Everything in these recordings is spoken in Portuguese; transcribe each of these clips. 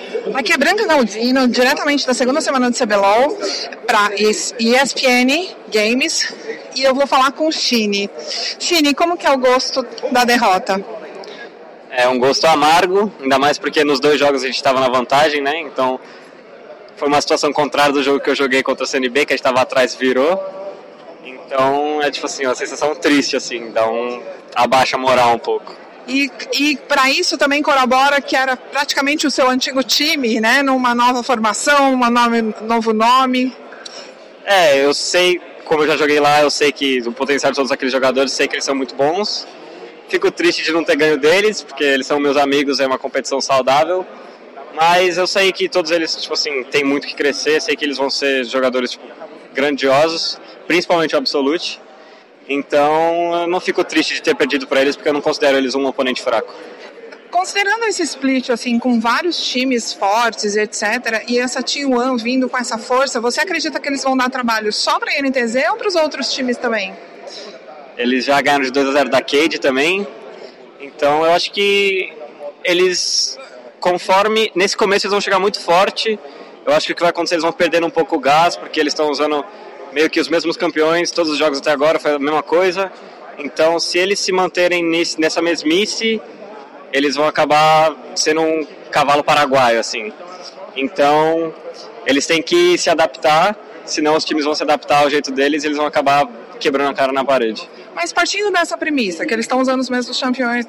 Aqui é Branca Galdino, diretamente da segunda semana do CBLOL, para ESPN Games, e eu vou falar com o Shine. Shine, como que é o gosto da derrota? É um gosto amargo, ainda mais porque nos 2 jogos a gente estava na vantagem, né? Então foi uma situação contrária do jogo que eu joguei contra a CNB, que a gente estava atrás e virou. Então é tipo assim, uma sensação triste, assim, abaixa a moral um pouco. E para isso também corrobora que era praticamente o seu antigo time, né? Numa nova formação, novo nome. Eu sei, como eu já joguei lá, eu sei que o potencial de todos aqueles jogadores, sei que eles são muito bons. Fico triste de não ter ganho deles, porque eles são meus amigos, é uma competição saudável. Mas eu sei que todos eles, tipo assim, têm muito que crescer, sei que eles vão ser jogadores tipo, grandiosos, principalmente o Absolute. Então eu não fico triste de ter perdido para eles, porque eu não considero eles um oponente fraco. Considerando esse split, assim, com vários times fortes, etc., e essa T1 vindo com essa força, você acredita que eles vão dar trabalho só para a NTZ ou para os outros times também? Eles já ganharam de 2-0 da Cade também, então eu acho que eles, conforme, nesse começo eles vão chegar muito forte, eu acho que o que vai acontecer, eles vão perdendo um pouco o gás, porque eles estão usando meio que os mesmos campeões, todos os jogos até agora foi a mesma coisa. Então, se eles se manterem nessa mesmice, eles vão acabar sendo um cavalo paraguaio, assim. Então, eles têm que se adaptar, senão os times vão se adaptar ao jeito deles e eles vão acabar quebrando a cara na parede. Mas partindo dessa premissa, que eles estão usando os mesmos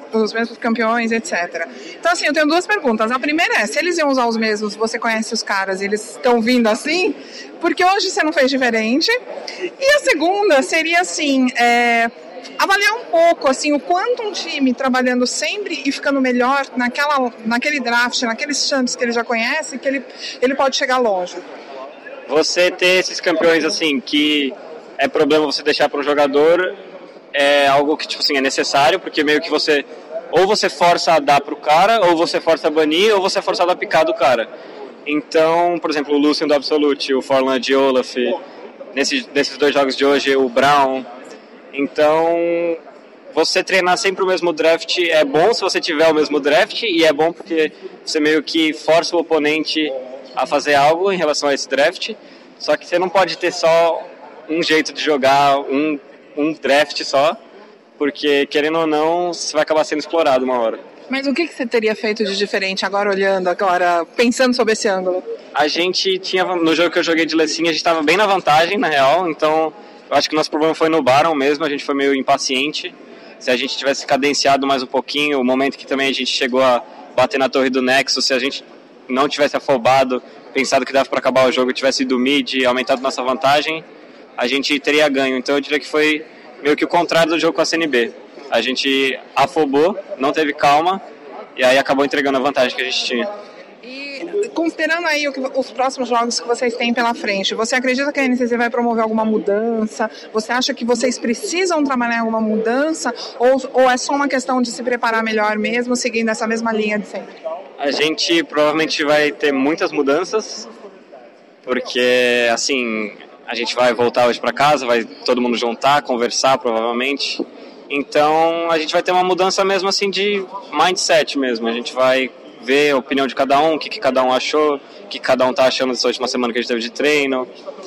campeões, etc. Então, assim, eu tenho 2 perguntas. A primeira é, se eles iam usar os mesmos, você conhece os caras e eles estão vindo assim? Porque hoje você não fez diferente. E a segunda seria, assim, avaliar um pouco, assim, o quanto um time trabalhando sempre e ficando melhor naquele draft, naqueles chances que ele já conhece, que ele pode chegar longe. Você ter esses campeões, assim, que é problema você deixar para um jogador, é algo que, tipo assim, é necessário, porque meio que você força a dar pro cara, ou você força a banir, ou você é forçado a picar do cara. Então, por exemplo, o Lucian do Absolute, o Forlan de Olaf, nesses 2 jogos de hoje, o Brown. Então, você treinar sempre o mesmo draft é bom se você tiver o mesmo draft, e é bom porque você meio que força o oponente a fazer algo em relação a esse draft, só que você não pode ter só um jeito de jogar, um draft só, porque, querendo ou não, você vai acabar sendo explorado uma hora. Mas o que você teria feito de diferente agora, pensando sobre esse ângulo? A gente tinha, no jogo que eu joguei de Lecim, a gente estava bem na vantagem, na real, então eu acho que o nosso problema foi no Baron mesmo, a gente foi meio impaciente. Se a gente tivesse cadenciado mais um pouquinho, o momento que também a gente chegou a bater na torre do Nexus, se a gente não tivesse afobado, pensado que dava para acabar o jogo, tivesse ido mid e aumentado nossa vantagem, a gente teria ganho. Então eu diria que foi meio que o contrário do jogo com a CNB. A gente afobou, não teve calma, e aí acabou entregando a vantagem que a gente tinha. E considerando aí os próximos jogos que vocês têm pela frente, você acredita que a NTZ vai promover alguma mudança? Você acha que vocês precisam trabalhar em alguma mudança? Ou é só uma questão de se preparar melhor mesmo, seguindo essa mesma linha de sempre? A gente provavelmente vai ter muitas mudanças, porque, assim, a gente vai voltar hoje para casa, vai todo mundo juntar, conversar provavelmente. Então a gente vai ter uma mudança mesmo assim de mindset mesmo. A gente vai ver a opinião de cada um, o que cada um achou, o que cada um tá achando dessa última semana que a gente teve de treino.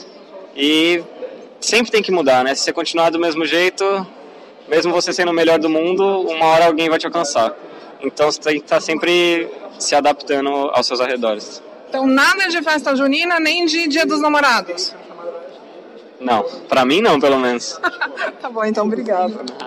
E sempre tem que mudar, né? Se você continuar do mesmo jeito, mesmo você sendo o melhor do mundo, uma hora alguém vai te alcançar. Então você tem que estar sempre se adaptando aos seus arredores. Então nada de festa junina, nem de Dia dos Namorados? Não, pra mim não, pelo menos. Tá bom, então obrigado.